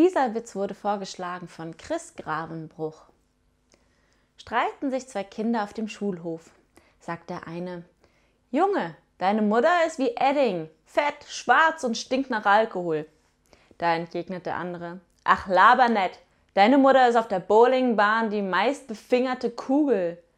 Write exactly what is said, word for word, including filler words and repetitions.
Dieser Witz wurde vorgeschlagen von Chris Gravenbruch. Streiten sich zwei Kinder auf dem Schulhof. Sagt der eine: Junge, deine Mutter ist wie Edding, fett, schwarz und stinkt nach Alkohol. Da entgegnet der andere: Ach, laber nett, deine Mutter ist auf der Bowlingbahn die meistbefingerte Kugel.